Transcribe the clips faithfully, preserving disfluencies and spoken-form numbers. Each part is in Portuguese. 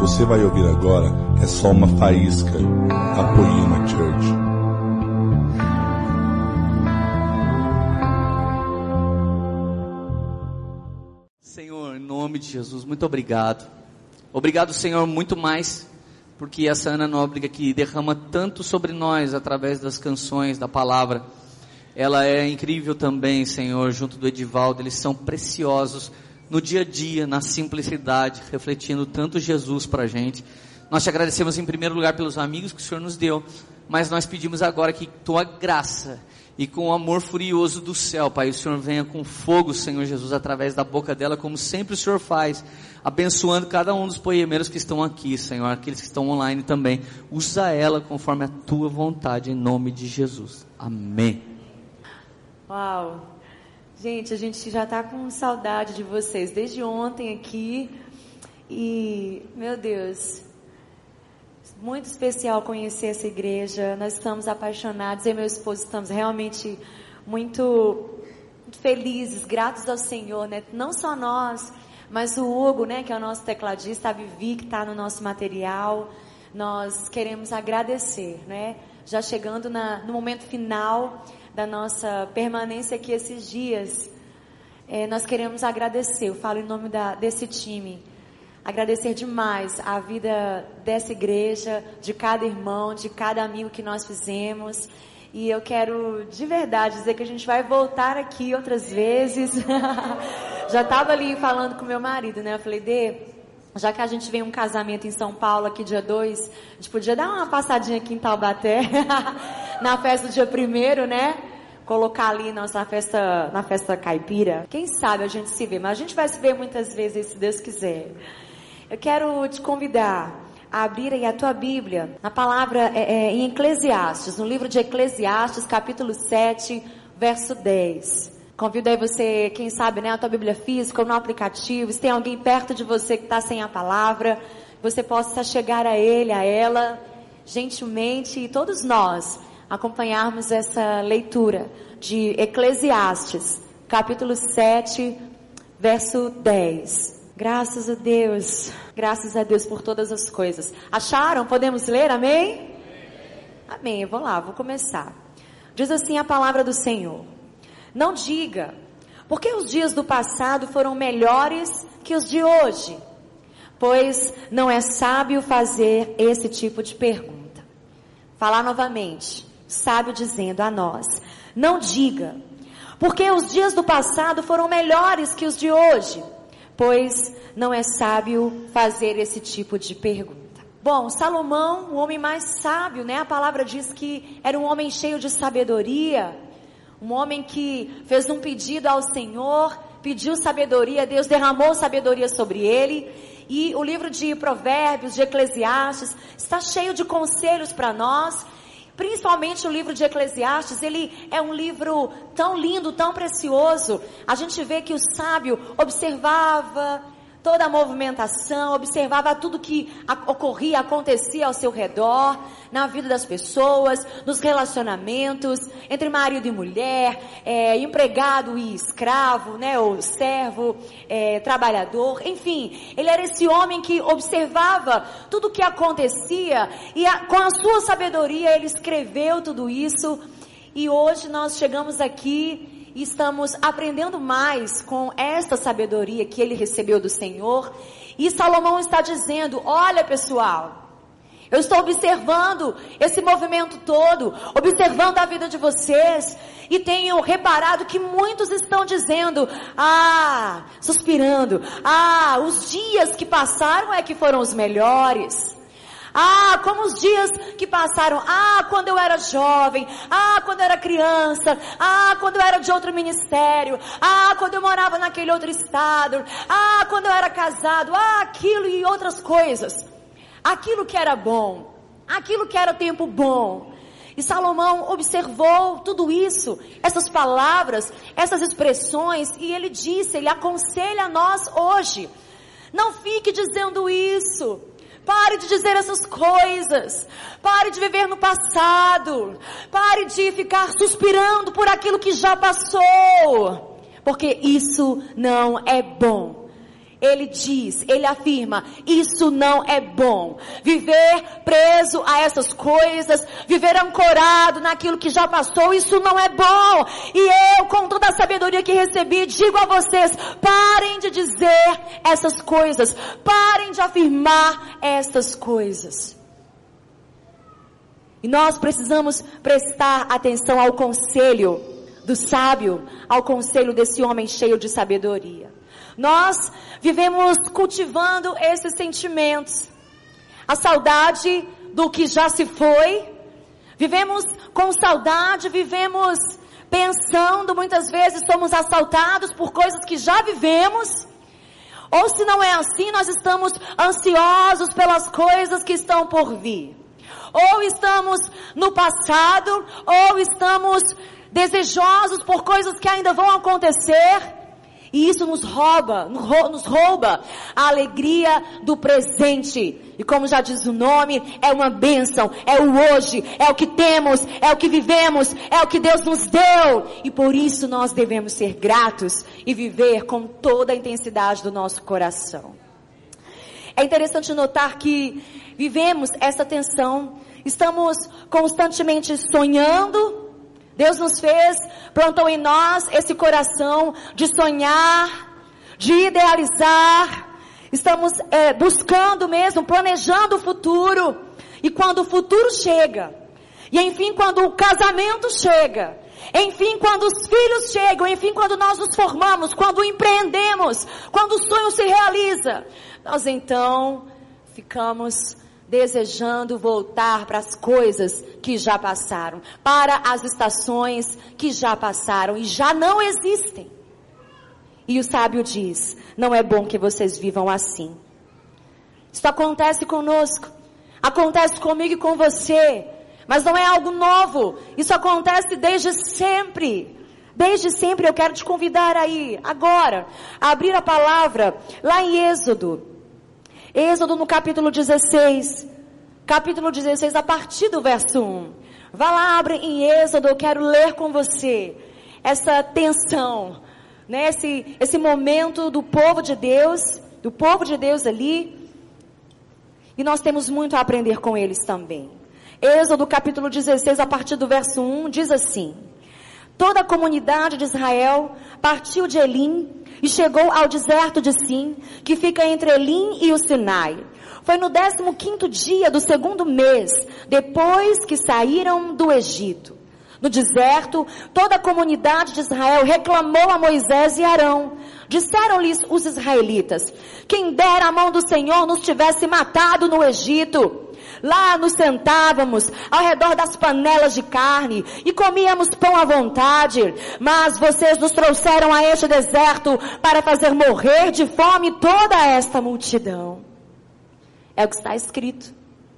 você vai ouvir agora é só uma faísca da Poema Church. Senhor, em nome de Jesus, muito obrigado. Obrigado, Senhor, muito mais, porque essa Ana Nóbrega que derrama tanto sobre nós através das canções, da palavra, ela é incrível também, Senhor, junto do Edivaldo. Eles são preciosos no dia a dia, na simplicidade, refletindo tanto Jesus para a gente. Nós te agradecemos em primeiro lugar pelos amigos que o Senhor nos deu, mas nós pedimos agora que tua graça e com o amor furioso do céu, Pai, o Senhor venha com fogo, Senhor Jesus, através da boca dela, como sempre o Senhor faz, abençoando cada um dos poemeiros que estão aqui, Senhor, aqueles que estão online também. Usa ela conforme a tua vontade, em nome de Jesus. Amém. Uau! Gente, a gente já está com saudade de vocês desde ontem aqui. E, meu Deus, muito especial conhecer essa igreja. Nós estamos apaixonados, eu e meu esposo estamos realmente muito, muito felizes, gratos ao Senhor, né? Não só nós, mas o Hugo, né, que é o nosso tecladista, a Vivi, que está no nosso material. Nós queremos agradecer, né? Já chegando na, no momento final da nossa permanência aqui esses dias, é, nós queremos agradecer. Eu falo em nome da, desse time. Agradecer demais a vida dessa igreja, de cada irmão, de cada amigo que nós fizemos. E eu quero de verdade dizer que a gente vai voltar aqui outras vezes. Já estava ali falando com meu marido, né? Eu falei, Dê, já que a gente vem um casamento em São Paulo aqui dia dois, a gente podia dar uma passadinha aqui em Taubaté, na festa do dia primeiro, né? Colocar ali nossa festa, na festa caipira. Quem sabe a gente se vê, mas a gente vai se ver muitas vezes, se Deus quiser. Eu quero te convidar a abrir aí a tua Bíblia, na palavra é, é, em Eclesiastes, no livro de Eclesiastes, capítulo sete, verso dez. Convido aí você, quem sabe, né, a tua Bíblia física ou no aplicativo, se tem alguém perto de você que está sem a palavra, você possa chegar a ele, a ela, gentilmente, e todos nós acompanharmos essa leitura de Eclesiastes, capítulo sete, verso dez. Graças a Deus, graças a Deus por todas as coisas. Acharam? Podemos ler? Amém? Amém. Eu vou lá, vou começar. Diz assim a palavra do Senhor: não diga, porque os dias do passado foram melhores que os de hoje, pois não é sábio fazer esse tipo de pergunta. Falar novamente, sábio dizendo a nós: não diga, porque os dias do passado foram melhores que os de hoje, pois não é sábio fazer esse tipo de pergunta. Bom, Salomão, o homem mais sábio, né? A palavra diz que era um homem cheio de sabedoria, um homem que fez um pedido ao Senhor, pediu sabedoria, Deus derramou sabedoria sobre ele. E o livro de Provérbios, de Eclesiastes, está cheio de conselhos para nós. Principalmente o livro de Eclesiastes, ele é um livro tão lindo, tão precioso. A gente vê que o sábio observava toda a movimentação, observava tudo que ocorria, acontecia ao seu redor, na vida das pessoas, nos relacionamentos, entre marido e mulher, é, empregado e escravo, né, ou servo, é, trabalhador, enfim, ele era esse homem que observava tudo o que acontecia, e a, com a sua sabedoria ele escreveu tudo isso. E hoje nós chegamos aqui e estamos aprendendo mais com esta sabedoria que ele recebeu do Senhor. E Salomão está dizendo: olha, pessoal, eu estou observando esse movimento todo, observando a vida de vocês, e tenho reparado que muitos estão dizendo, ah, suspirando, ah, os dias que passaram é que foram os melhores. Ah, como os dias que passaram, ah, quando eu era jovem, ah, quando eu era criança, ah, quando eu era de outro ministério, ah, quando eu morava naquele outro estado, ah, quando eu era casado, ah, aquilo e outras coisas. Aquilo que era bom, aquilo que era tempo bom. E Salomão observou tudo isso, essas palavras, essas expressões, e ele disse, ele aconselha a nós hoje: não fique dizendo isso. Pare de dizer essas coisas. Pare de viver no passado. Pare de ficar suspirando por aquilo que já passou. Porque isso não é bom. Ele diz, ele afirma, isso não é bom. Viver preso a essas coisas, viver ancorado naquilo que já passou, isso não é bom. E eu, com toda a sabedoria que recebi, digo a vocês, parem de dizer essas coisas, parem de afirmar essas coisas. E nós precisamos prestar atenção ao conselho do sábio, ao conselho desse homem cheio de sabedoria. Nós vivemos cultivando esses sentimentos, a saudade do que já se foi, vivemos com saudade, vivemos pensando, muitas vezes somos assaltados por coisas que já vivemos, ou se não é assim, nós estamos ansiosos pelas coisas que estão por vir, ou estamos no passado, ou estamos desejosos por coisas que ainda vão acontecer. E isso nos rouba, nos rouba a alegria do presente. E como já diz o nome, é uma bênção, é o hoje, é o que temos, é o que vivemos, é o que Deus nos deu. E por isso nós devemos ser gratos e viver com toda a intensidade do nosso coração. É interessante notar que vivemos essa tensão, estamos constantemente sonhando. Deus nos fez, plantou em nós esse coração de sonhar, de idealizar. Estamos é, buscando mesmo, planejando o futuro. E quando o futuro chega, e enfim quando o casamento chega, enfim quando os filhos chegam, enfim quando nós nos formamos, quando empreendemos, quando o sonho se realiza, nós então ficamos desejando voltar para as coisas que já passaram, para as estações que já passaram e já não existem. E o sábio diz, não é bom que vocês vivam assim. Isso acontece conosco, acontece comigo e com você, mas não é algo novo, isso acontece desde sempre. Desde sempre eu quero te convidar aí, agora, a abrir a palavra lá em Êxodo. Êxodo no capítulo dezesseis, capítulo dezesseis a partir do verso um, vá lá, abre em Êxodo, eu quero ler com você, essa tensão, né, esse, esse momento do povo de Deus, do povo de Deus ali, e nós temos muito a aprender com eles também. Êxodo capítulo dezesseis a partir do verso um, diz assim, toda a comunidade de Israel partiu de Elim, e chegou ao deserto de Sim, que fica entre Elim e o Sinai. Foi no décimo quinto dia do segundo mês, depois que saíram do Egito. No deserto, toda a comunidade de Israel reclamou a Moisés e Arão. Disseram-lhes os israelitas, quem dera a mão do Senhor nos tivesse matado no Egito. Lá nos sentávamos ao redor das panelas de carne e comíamos pão à vontade, mas vocês nos trouxeram a este deserto para fazer morrer de fome toda esta multidão. É o que está escrito.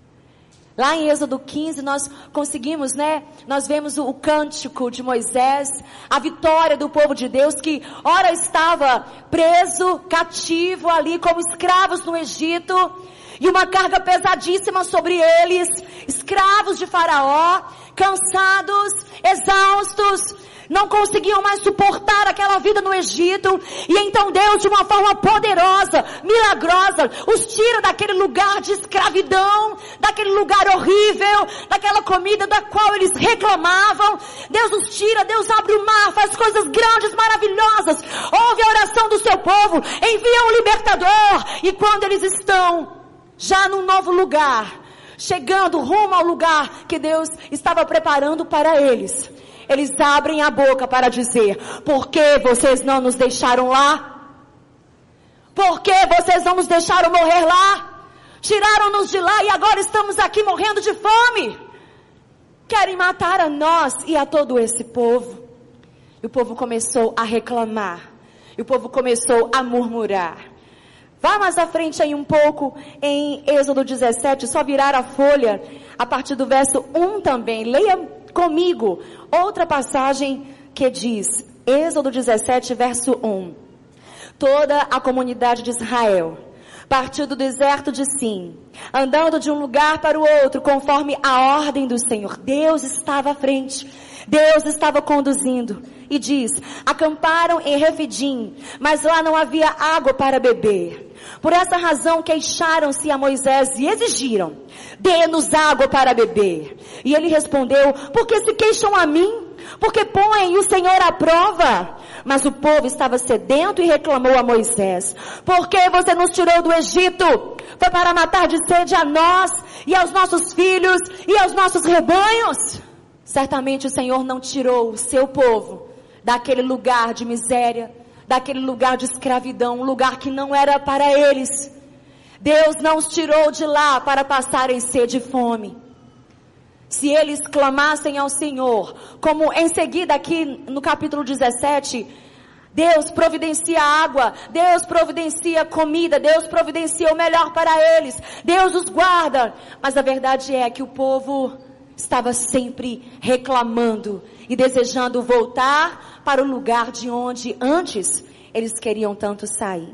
Lá em Êxodo quinze nós conseguimos, né? Nós vemos o, o cântico de Moisés, a vitória do povo de Deus que ora estava preso, cativo ali como escravos no Egito. E uma carga pesadíssima sobre eles, escravos de Faraó, cansados, exaustos, não conseguiam mais suportar aquela vida no Egito. E então Deus, de uma forma poderosa, milagrosa, os tira daquele lugar de escravidão, daquele lugar horrível, daquela comida da qual eles reclamavam. Deus os tira, Deus abre o mar, faz coisas grandes, maravilhosas, ouve a oração do seu povo, envia um libertador. E quando eles estão já num novo lugar, chegando rumo ao lugar que Deus estava preparando para eles, eles abrem a boca para dizer, por que vocês não nos deixaram lá? Por que vocês não nos deixaram morrer lá? Tiraram-nos de lá e agora estamos aqui morrendo de fome. Querem matar a nós e a todo esse povo. E o povo começou a reclamar, e o povo começou a murmurar. Vá mais à frente aí um pouco, em Êxodo dezessete, só virar a folha, a partir do verso um também. Leia comigo outra passagem que diz, Êxodo dezessete, verso um. Toda a comunidade de Israel partiu do deserto de Sim, andando de um lugar para o outro, conforme a ordem do Senhor. Deus estava à frente. Deus estava conduzindo e diz: acamparam em Refidim, mas lá não havia água para beber. Por essa razão queixaram-se a Moisés e exigiram: dê-nos água para beber. E ele respondeu: por que se queixam a mim? Porque põem o Senhor à prova. Mas o povo estava sedento e reclamou a Moisés: por que você nos tirou do Egito? Foi para matar de sede a nós e aos nossos filhos e aos nossos rebanhos? Certamente o Senhor não tirou o seu povo daquele lugar de miséria, daquele lugar de escravidão, um lugar que não era para eles. Deus não os tirou de lá para passarem sede e fome. Se eles clamassem ao Senhor, como em seguida aqui no capítulo dezessete, Deus providencia água, Deus providencia comida, Deus providencia o melhor para eles, Deus os guarda. Mas a verdade é que o povo estava sempre reclamando e desejando voltar para o lugar de onde antes eles queriam tanto sair.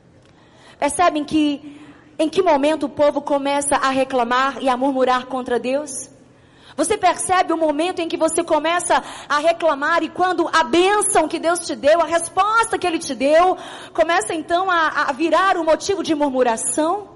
Percebem que em que momento o povo começa a reclamar e a murmurar contra Deus? Você percebe o momento em que você começa a reclamar e quando a bênção que Deus te deu, a resposta que Ele te deu, começa então a, a virar um motivo de murmuração?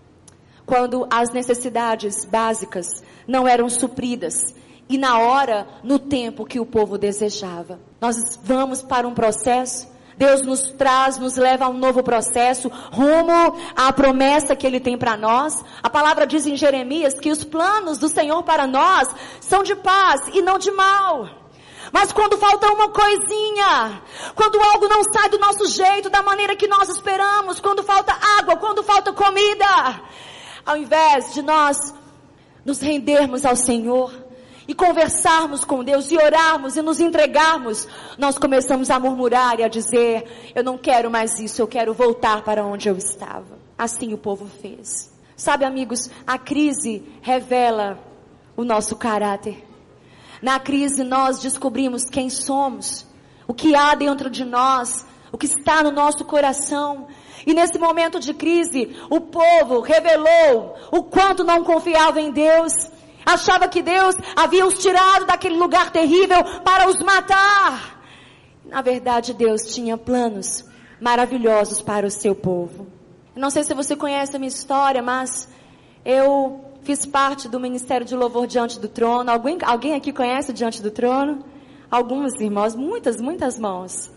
Quando as necessidades básicas não eram supridas e na hora, no tempo que o povo desejava. Nós vamos para um processo, Deus nos traz, nos leva a um novo processo, rumo à promessa que Ele tem para nós. A palavra diz em Jeremias que os planos do Senhor para nós são de paz e não de mal. Mas quando falta uma coisinha, quando algo não sai do nosso jeito, da maneira que nós esperamos, quando falta água, quando falta comida, ao invés de nós nos rendermos ao Senhor e conversarmos com Deus e orarmos e nos entregarmos, nós começamos a murmurar e a dizer: eu não quero mais isso, eu quero voltar para onde eu estava. Assim o povo fez. Sabe, amigos, a crise revela o nosso caráter. Na crise nós descobrimos quem somos, o que há dentro de nós, o que está no nosso coração. E nesse momento de crise, o povo revelou o quanto não confiava em Deus. Achava que Deus havia os tirado daquele lugar terrível para os matar. Na verdade, Deus tinha planos maravilhosos para o seu povo. Não sei se você conhece a minha história, mas eu fiz parte do Ministério de Louvor Diante do Trono. Alguém, alguém aqui conhece Diante do Trono? Alguns irmãos, muitas, muitas mãos.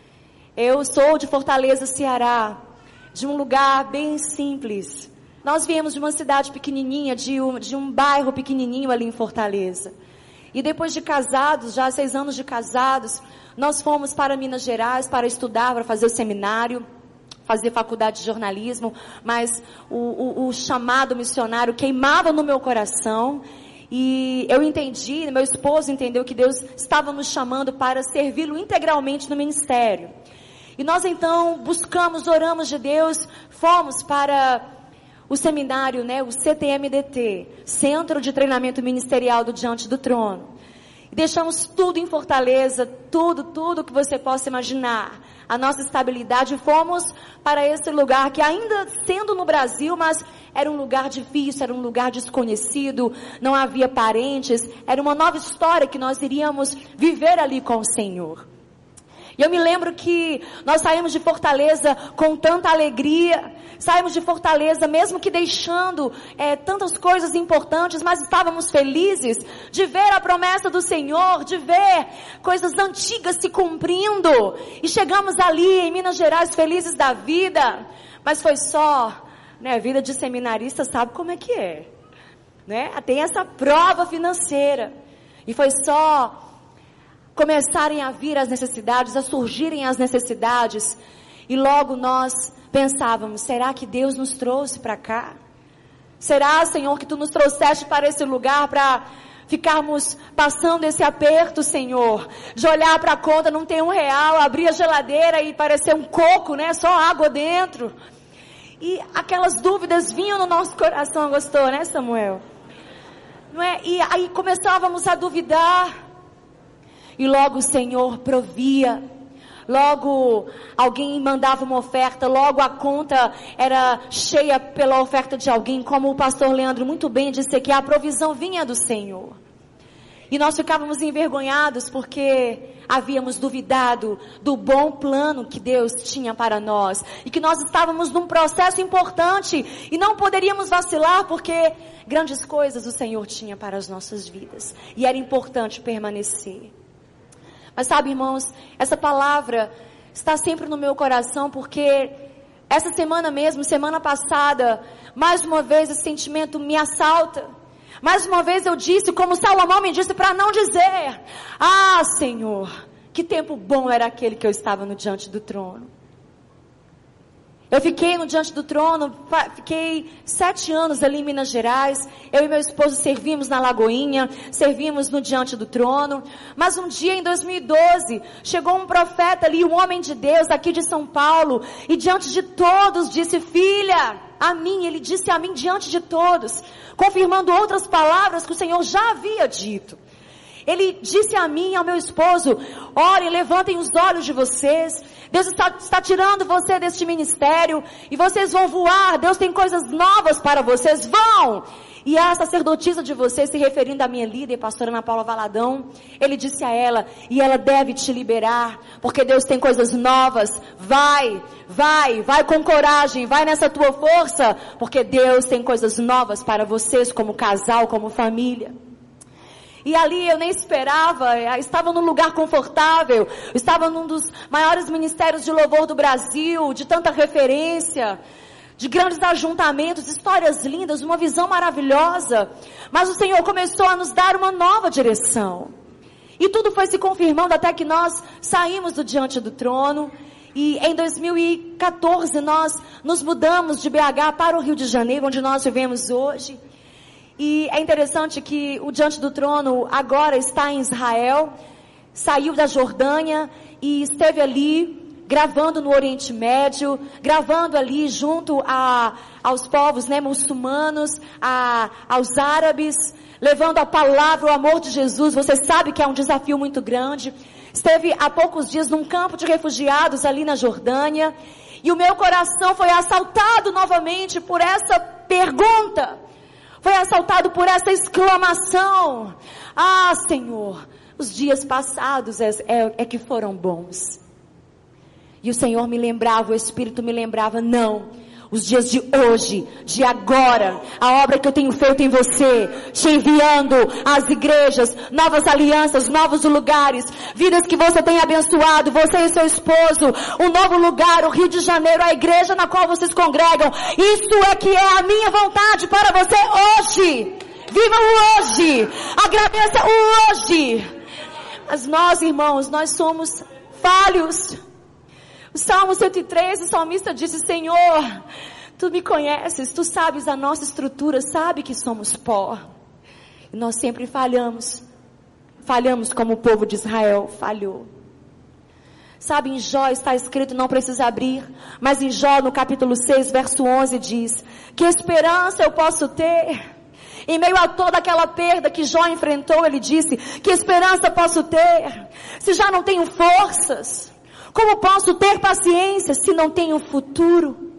Eu sou de Fortaleza, Ceará, de um lugar bem simples. Nós viemos de uma cidade pequenininha, de um, de um bairro pequenininho ali em Fortaleza. E depois de casados, já seis anos de casados, nós fomos para Minas Gerais para estudar, para fazer o seminário, fazer faculdade de jornalismo. Mas o, o, o chamado missionário queimava no meu coração. E eu entendi, meu esposo entendeu que Deus estava nos chamando para servi-lo integralmente no ministério. E nós então buscamos, oramos de Deus, fomos para o seminário, né, o C T M D T, Centro de Treinamento Ministerial do Diante do Trono. E deixamos tudo em Fortaleza, tudo, tudo que você possa imaginar. A nossa estabilidade, fomos para esse lugar que ainda sendo no Brasil, mas era um lugar difícil, era um lugar desconhecido, não havia parentes, era uma nova história que nós iríamos viver ali com o Senhor. E eu me lembro que nós saímos de Fortaleza com tanta alegria, saímos de Fortaleza mesmo que deixando é, tantas coisas importantes, mas estávamos felizes de ver a promessa do Senhor, de ver coisas antigas se cumprindo. E chegamos ali em Minas Gerais felizes da vida, mas foi só, né, vida de seminarista sabe como é que é, né? Tem essa prova financeira. E foi só começarem a vir as necessidades, a surgirem as necessidades, e logo nós pensávamos: será que Deus nos trouxe para cá? Será, Senhor, que Tu nos trouxeste para esse lugar para ficarmos passando esse aperto, Senhor, de olhar para a conta, não tem um real, abrir a geladeira e parecer um coco, né, só água dentro? E aquelas dúvidas vinham no nosso coração. Gostou, né, Samuel? Não é? E aí começávamos a duvidar. E logo o Senhor provia, logo alguém mandava uma oferta, logo a conta era cheia pela oferta de alguém, como o pastor Leandro muito bem disse que a provisão vinha do Senhor. E nós ficávamos envergonhados porque havíamos duvidado do bom plano que Deus tinha para nós. E que nós estávamos num processo importante e não poderíamos vacilar porque grandes coisas o Senhor tinha para as nossas vidas. E era importante permanecer. Mas sabe, irmãos, essa palavra está sempre no meu coração porque essa semana mesmo, semana passada, mais uma vez esse sentimento me assalta. Mais uma vez eu disse, como Salomão me disse, para não dizer: ah, Senhor, que tempo bom era aquele que eu estava no diante do trono. Eu fiquei no diante do trono, fiquei sete anos ali em Minas Gerais. Eu e meu esposo servimos na Lagoinha, servimos no diante do trono. Mas um dia em dois mil e doze, chegou um profeta ali, um homem de Deus aqui de São Paulo, e diante de todos disse: filha, a mim, ele disse a mim diante de todos, confirmando outras palavras que o Senhor já havia dito. Ele disse a mim e ao meu esposo: orem, levantem os olhos de vocês. Deus está, está tirando você deste ministério e vocês vão voar. Deus tem coisas novas para vocês. Vão! E a sacerdotisa de vocês, se referindo à minha líder, pastora Ana Paula Valadão, ele disse a ela: e ela deve te liberar, porque Deus tem coisas novas. Vai, vai, vai com coragem, vai nessa tua força, porque Deus tem coisas novas para vocês como casal, como família. E ali eu nem esperava, eu estava num lugar confortável, eu estava num dos maiores ministérios de louvor do Brasil, de tanta referência, de grandes ajuntamentos, histórias lindas, uma visão maravilhosa. Mas o Senhor começou a nos dar uma nova direção. E tudo foi se confirmando até que nós saímos do diante do trono. E em dois mil e quatorze nós nos mudamos de B H para o Rio de Janeiro, onde nós vivemos hoje. E é interessante que o Diante do Trono agora está em Israel, saiu da Jordânia e esteve ali gravando no Oriente Médio, gravando ali junto a, aos povos, né, muçulmanos, a, aos árabes, levando a palavra, o amor de Jesus. Você sabe que é um desafio muito grande. Esteve há poucos dias num campo de refugiados ali na Jordânia e o meu coração foi assaltado novamente por essa pergunta. Foi assaltado por essa exclamação: ah, Senhor, os dias passados é, é, é que foram bons. E o Senhor me lembrava, o Espírito me lembrava: não, os dias de hoje, de agora, a obra que eu tenho feito em você, te enviando às igrejas, novas alianças, novos lugares, vidas que você tem abençoado, você e seu esposo, um novo lugar, o Rio de Janeiro, a igreja na qual vocês congregam. Isso é que é a minha vontade para você hoje. Viva o hoje, agradeça o hoje. Mas nós, irmãos, nós somos falhos. O Salmo cento e três, o salmista disse: Senhor, Tu me conheces, Tu sabes a nossa estrutura, sabe que somos pó. E nós sempre falhamos, falhamos como o povo de Israel falhou. Sabe, em Jó está escrito, não precisa abrir, mas em Jó no capítulo seis, verso onze diz: que esperança eu posso ter? Em meio a toda aquela perda que Jó enfrentou, ele disse: que esperança posso ter? Se já não tenho forças, como posso ter paciência se não tenho futuro?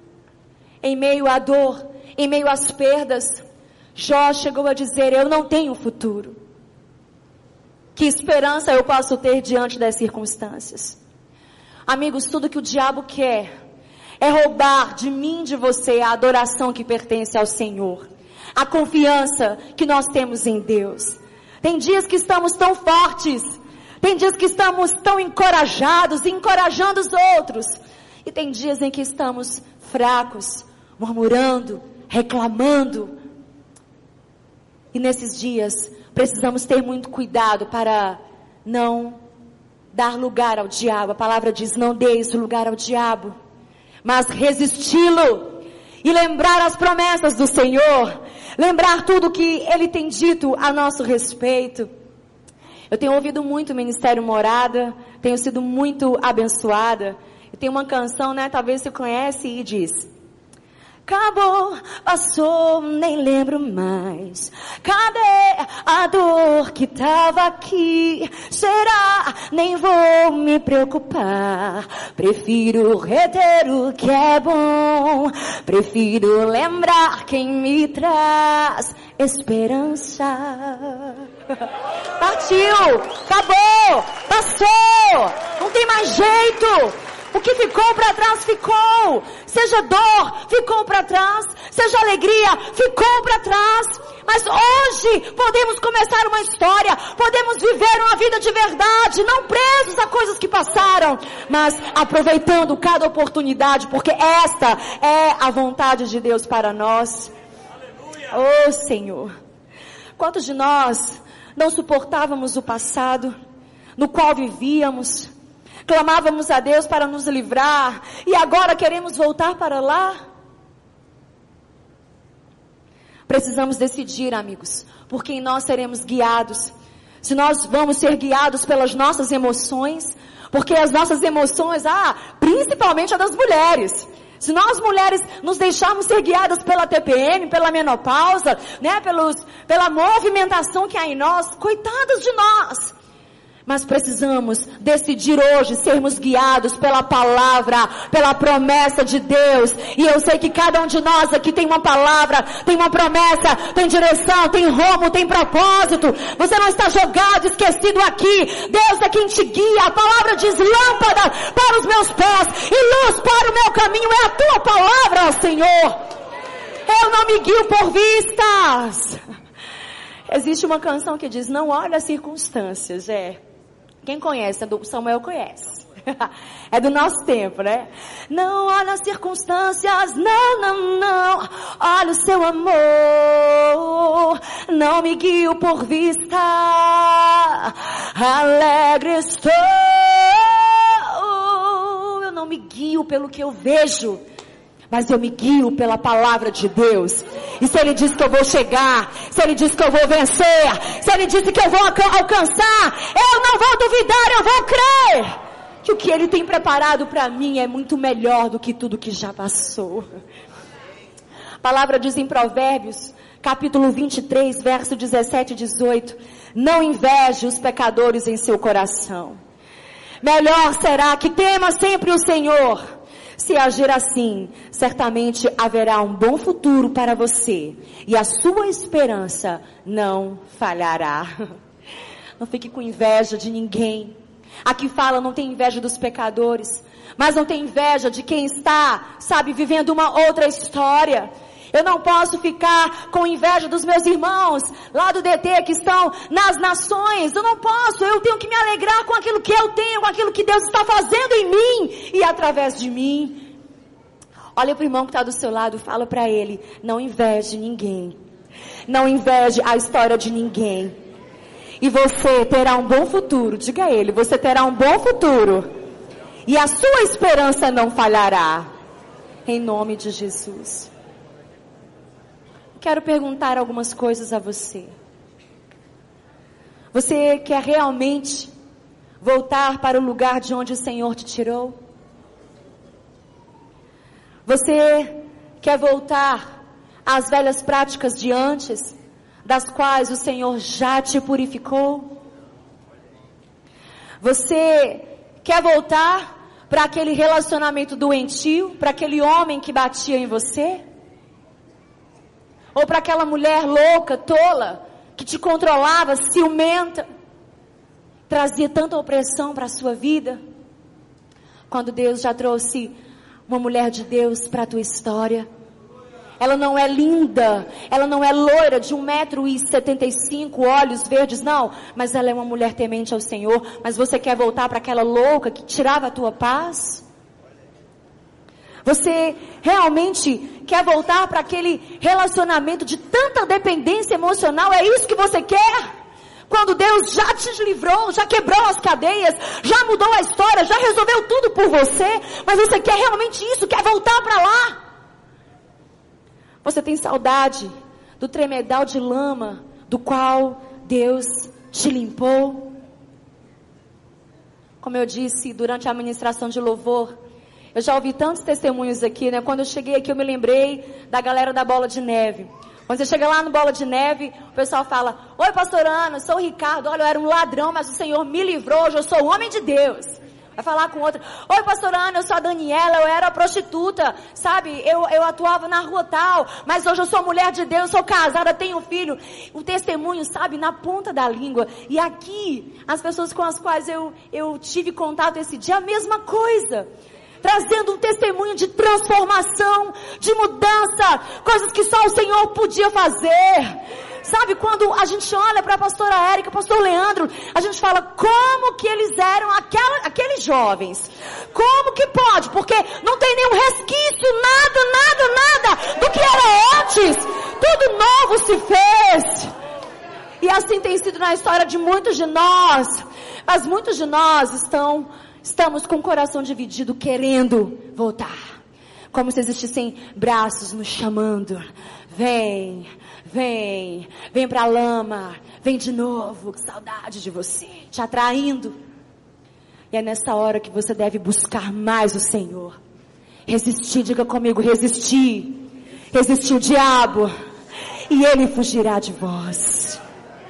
Em meio à dor, em meio às perdas, Jó chegou a dizer: eu não tenho futuro. Que esperança eu posso ter diante das circunstâncias? Amigos, tudo que o diabo quer é roubar de mim, de você, a adoração que pertence ao Senhor, a confiança que nós temos em Deus. Tem dias que estamos tão fortes, tem dias que estamos tão encorajados, encorajando os outros. E tem dias em que estamos fracos, murmurando, reclamando. E nesses dias, precisamos ter muito cuidado para não dar lugar ao diabo. A palavra diz: não deis lugar ao diabo, mas resisti-lo. E lembrar as promessas do Senhor, lembrar tudo que Ele tem dito a nosso respeito. Eu tenho ouvido muito o Ministério Morada, tenho sido muito abençoada. E tem uma canção, né, talvez você conhece, e diz: acabou, passou, nem lembro mais. Cadê a dor que tava aqui? Será? Nem vou me preocupar. Prefiro reter o que é bom. Prefiro lembrar quem me traz esperança. Partiu, acabou, passou, não tem mais jeito. O que ficou para trás, ficou. Seja dor, ficou para trás. Seja alegria, ficou para trás. Mas hoje podemos começar uma história. Podemos viver uma vida de verdade. Não presos a coisas que passaram. Mas aproveitando cada oportunidade. Porque esta é a vontade de Deus para nós. Oh Senhor. Quantos de nós não suportávamos o passado no qual vivíamos? Clamávamos a Deus para nos livrar, e agora queremos voltar para lá? Precisamos decidir, amigos, por quem nós seremos guiados. Se nós vamos ser guiados pelas nossas emoções, porque as nossas emoções, ah, principalmente a das mulheres. Se nós mulheres nos deixarmos ser guiadas pela T P M, pela menopausa, né, pelos, pela movimentação que há em nós, coitadas de nós. Mas precisamos decidir hoje sermos guiados pela palavra, pela promessa de Deus. E eu sei que cada um de nós aqui tem uma palavra, tem uma promessa, tem direção, tem rumo, tem propósito. Você não está jogado, esquecido aqui. Deus é quem te guia. A palavra diz: lâmpada para os meus pés e luz para o meu caminho. É a tua palavra, ó Senhor. Eu não me guio por vistas. Existe uma canção que diz: não olha as circunstâncias, é. Quem conhece, do Samuel conhece. É do nosso tempo, né? Não olha as circunstâncias, não, não, não. Olha o seu amor. Não me guio por vista. Alegre estou. Eu não me guio pelo que eu vejo, mas eu me guio pela palavra de Deus. E se Ele diz que eu vou chegar, se Ele diz que eu vou vencer, se Ele diz que eu vou alcançar, eu não vou duvidar, eu vou crer que o que Ele tem preparado para mim é muito melhor do que tudo que já passou. A palavra diz em Provérbios, capítulo vinte e três, verso dezessete e dezoito: não inveje os pecadores em seu coração. Melhor será que tema sempre o Senhor. Se agir assim, certamente haverá um bom futuro para você, e a sua esperança não falhará. Não fique com inveja de ninguém. Aqui fala, não tem inveja dos pecadores, mas não tem inveja de quem está, sabe, vivendo uma outra história. Eu não posso ficar com inveja dos meus irmãos lá do D T que estão nas nações. Eu não posso, eu tenho que me alegrar com aquilo que eu tenho, com aquilo que Deus está fazendo em mim e através de mim. Olha para o irmão que está do seu lado, fala para ele: não inveje ninguém. Não inveje a história de ninguém. E você terá um bom futuro. Diga a ele, você terá um bom futuro. E a sua esperança não falhará. Em nome de Jesus. Quero perguntar algumas coisas a você. Você quer realmente voltar para o lugar de onde o Senhor te tirou? Você quer voltar às velhas práticas de antes, das quais o Senhor já te purificou? Você quer voltar para aquele relacionamento doentio, para aquele homem que batia em você? Ou para aquela mulher louca, tola, que te controlava, ciumenta, trazia tanta opressão para a sua vida? Quando Deus já trouxe uma mulher de Deus para a tua história. Ela não é linda, ela não é loira, de um metro e setenta e cinco, olhos verdes, não. Mas ela é uma mulher temente ao Senhor. Mas você quer voltar para aquela louca que tirava a tua paz? Você realmente quer voltar para aquele relacionamento de tanta dependência emocional? É isso que você quer? Quando Deus já te livrou, já quebrou as cadeias, já mudou a história, já resolveu tudo por você, mas você quer realmente isso, quer voltar para lá? Você tem saudade do tremedal de lama do qual Deus te limpou? Como eu disse durante a ministração de louvor, eu já ouvi tantos testemunhos aqui, né? Quando eu cheguei aqui eu me lembrei da galera da Bola de Neve. Quando você chega lá no Bola de Neve, o pessoal fala: oi pastor Ana, sou o Ricardo, olha, eu era um ladrão, mas o Senhor me livrou, hoje eu sou um homem de Deus. Vai falar com outra. Oi, pastora Ana, eu sou a Daniela, eu era prostituta, sabe? Eu, eu atuava na rua tal, mas hoje eu sou mulher de Deus, sou casada, tenho filho. O testemunho, sabe, na ponta da língua. E aqui, as pessoas com as quais eu, eu tive contato esse dia, a mesma coisa. Trazendo um testemunho de transformação, de mudança, coisas que só o Senhor podia fazer. Sabe, quando a gente olha para a pastora Érica, pastor Leandro, a gente fala, como que eles eram aquela, aqueles jovens? Como que pode? Porque não tem nenhum resquício, nada, nada, nada do que era antes. Tudo novo se fez. E assim tem sido na história de muitos de nós. Mas muitos de nós estão, estamos com o coração dividido, querendo voltar. Como se existissem braços nos chamando. Vem, vem, vem pra lama, vem de novo, que saudade de você, te atraindo. E é nessa hora que você deve buscar mais o Senhor. Resistir, diga comigo, resistir. Resistir o diabo, e ele fugirá de vós.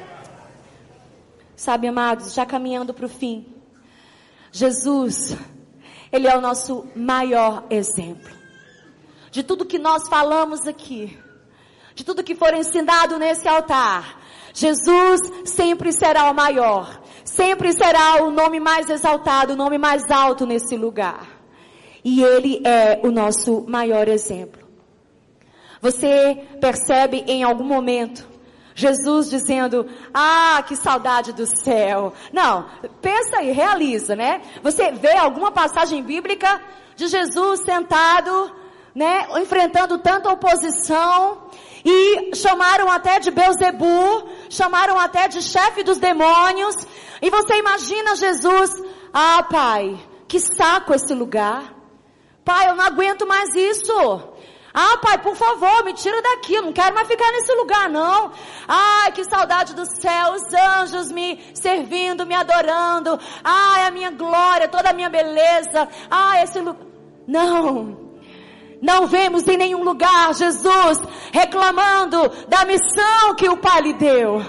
Sabe, amados, já caminhando para o fim, Jesus, ele é o nosso maior exemplo. De tudo que nós falamos aqui, de tudo que for ensinado nesse altar, Jesus sempre será o maior, sempre será o nome mais exaltado, o nome mais alto nesse lugar. E ele é o nosso maior exemplo. Você percebe em algum momento Jesus dizendo, ah, que saudade do céu. Não, pensa aí, realiza, né? Você vê alguma passagem bíblica de Jesus sentado, né, enfrentando tanta oposição, e chamaram até de Belzebu, chamaram até de chefe dos demônios, e você imagina Jesus, ah, pai, que saco esse lugar. Pai, eu não aguento mais isso. Ah, pai, por favor, me tira daqui, eu não quero mais ficar nesse lugar, não. Ai, que saudade do céu, os anjos me servindo, me adorando. Ai, a minha glória, toda a minha beleza. Ai, esse lugar. Não, não vemos em nenhum lugar Jesus reclamando da missão que o Pai lhe deu.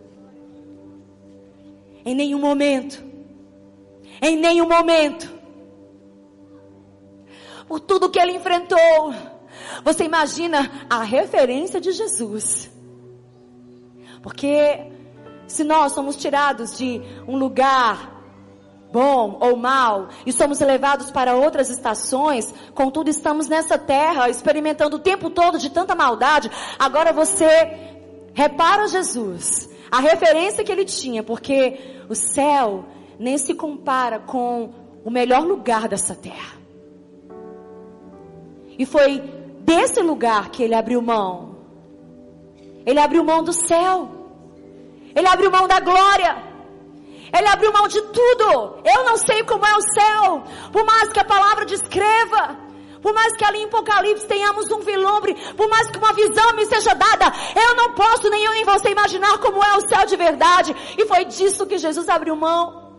Em nenhum momento. Em nenhum momento. Por tudo que ele enfrentou. Você imagina a referência de Jesus. Porque se nós somos tirados de um lugar bom ou mal e somos levados para outras estações, contudo estamos nessa terra experimentando o tempo todo de tanta maldade. Agora você repara Jesus, a referência que ele tinha, porque o céu nem se compara com o melhor lugar dessa terra. E foi desse lugar que ele abriu mão. Ele abriu mão do céu. Ele abriu mão da glória. Ele abriu mão de tudo. Eu não sei como é o céu. Por mais que a palavra descreva, por mais que ali em Apocalipse tenhamos um vislumbre, por mais que uma visão me seja dada, eu não posso, nem eu nem você imaginar como é o céu de verdade. E foi disso que Jesus abriu mão.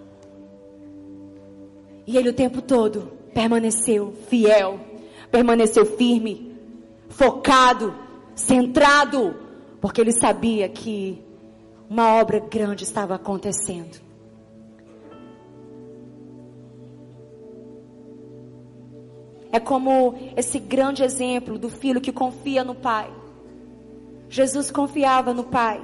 E ele o tempo todo permaneceu fiel, permaneceu firme, focado, centrado, porque ele sabia que uma obra grande estava acontecendo. É como esse grande exemplo do filho que confia no Pai. Jesus confiava no Pai.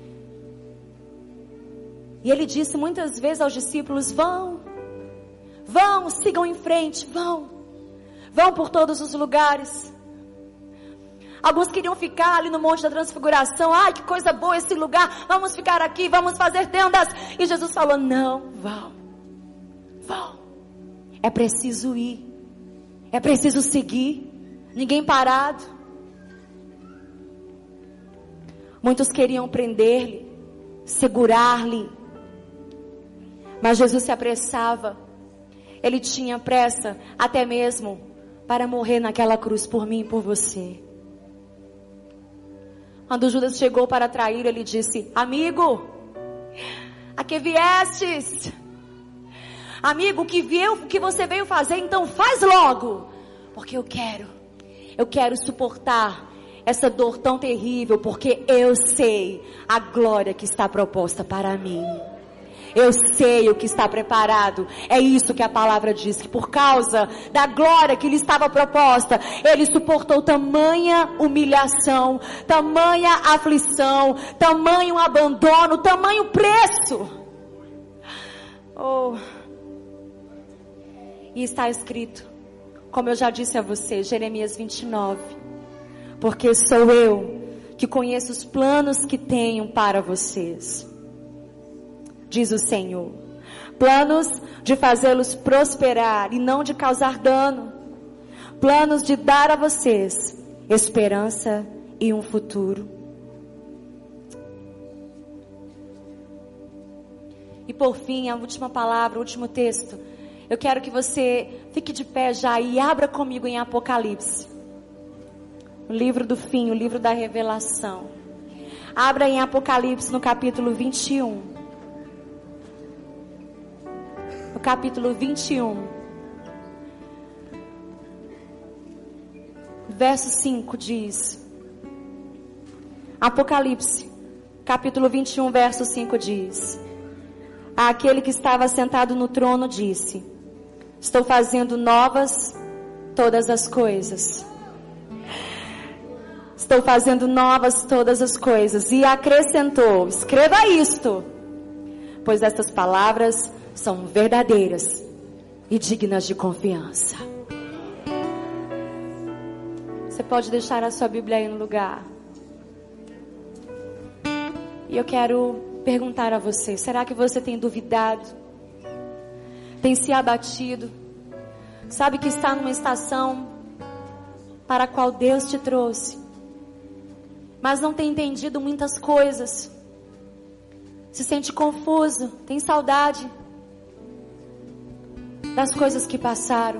E ele disse muitas vezes aos discípulos, vão, vão, sigam em frente, vão. Vão por todos os lugares. Alguns queriam ficar ali no Monte da Transfiguração. Ai, que coisa boa esse lugar. Vamos ficar aqui, vamos fazer tendas. E Jesus falou, não, vão. Vão. É preciso ir. É preciso seguir. Ninguém parado. Muitos queriam prender-lhe, segurar-lhe. Mas Jesus se apressava. Ele tinha pressa, até mesmo para morrer naquela cruz por mim e por você. Quando Judas chegou para trair, ele disse, amigo, a que viestes? Amigo, o que, viu, o que você veio fazer, então faz logo. Porque eu quero, eu quero suportar essa dor tão terrível, porque eu sei a glória que está proposta para mim. Eu sei o que está preparado. É isso que a palavra diz, que por causa da glória que lhe estava proposta, ele suportou tamanha humilhação, tamanha aflição, tamanho abandono, tamanho preço. Oh. E está escrito, como eu já disse a você, Jeremias vinte e nove. Porque sou eu que conheço os planos que tenho para vocês, diz o Senhor. Planos de fazê-los prosperar e não de causar dano. Planos de dar a vocês esperança e um futuro. E por fim, a última palavra, o último texto. Eu quero que você fique de pé já e abra comigo em Apocalipse. O livro do fim, o livro da revelação. Abra em Apocalipse no capítulo vinte e um. No capítulo vinte e um. Verso cinco diz. Apocalipse, capítulo vinte e um, verso cinco diz. Aquele que estava sentado no trono disse: estou fazendo novas todas as coisas. Estou fazendo novas todas as coisas. E acrescentou: escreva isto, pois estas palavras são verdadeiras e dignas de confiança. Você pode deixar a sua Bíblia aí no lugar. E eu quero perguntar a você: será que você tem duvidado? Tem se abatido? Sabe que está numa estação para a qual Deus te trouxe, mas não tem entendido muitas coisas? Se sente confuso? Tem saudade das coisas que passaram?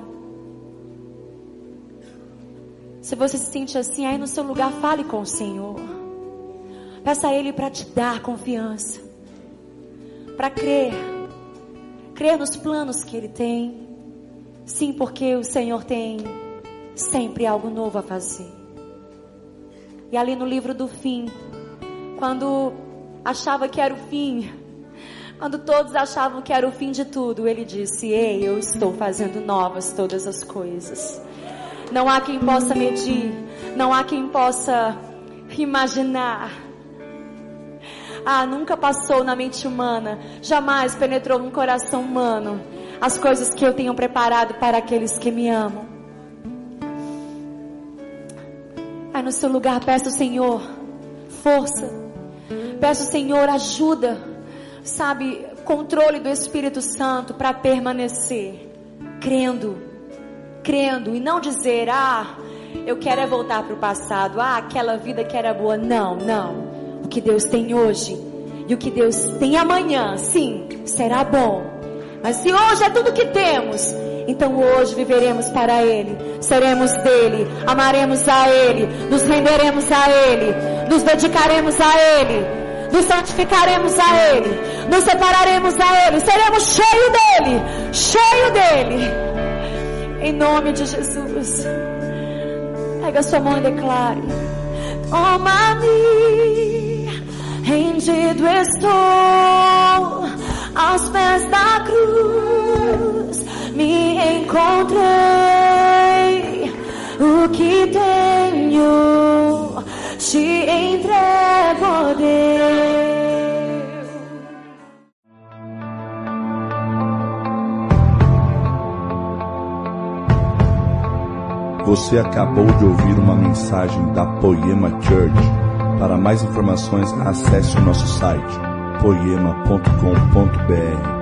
Se você se sente assim, aí no seu lugar, fale com o Senhor. Peça a Ele para te dar confiança, para crer, crer nos planos que Ele tem. Sim, porque o Senhor tem sempre algo novo a fazer. E ali no livro do fim, quando achava que era o fim, quando todos achavam que era o fim de tudo, Ele disse: ei, eu estou fazendo novas todas as coisas. Não há quem possa medir, não há quem possa imaginar. Ah, nunca passou na mente humana, jamais penetrou no coração humano as coisas que eu tenho preparado para aqueles que me amam. Aí no seu lugar, peça ao Senhor força, peça ao Senhor ajuda, sabe, controle do Espírito Santo para permanecer crendo, crendo e não dizer: ah, eu quero é voltar para o passado, ah, aquela vida que era boa. Não, não. O que Deus tem hoje e o que Deus tem amanhã, sim, será bom. Mas se hoje é tudo que temos, então hoje viveremos para Ele, seremos dEle, amaremos a Ele, nos renderemos a Ele, nos dedicaremos a Ele, nos santificaremos a Ele, nos separaremos a Ele, seremos cheios dEle, cheio dEle, em nome de Jesus. Pega a sua mão e declare: toma-me, rendido estou aos pés da cruz, me encontrei, o que tenho te entrego, Deus. Você acabou de ouvir uma mensagem da Poema Church. Para mais informações, acesse o nosso site poema ponto com ponto br.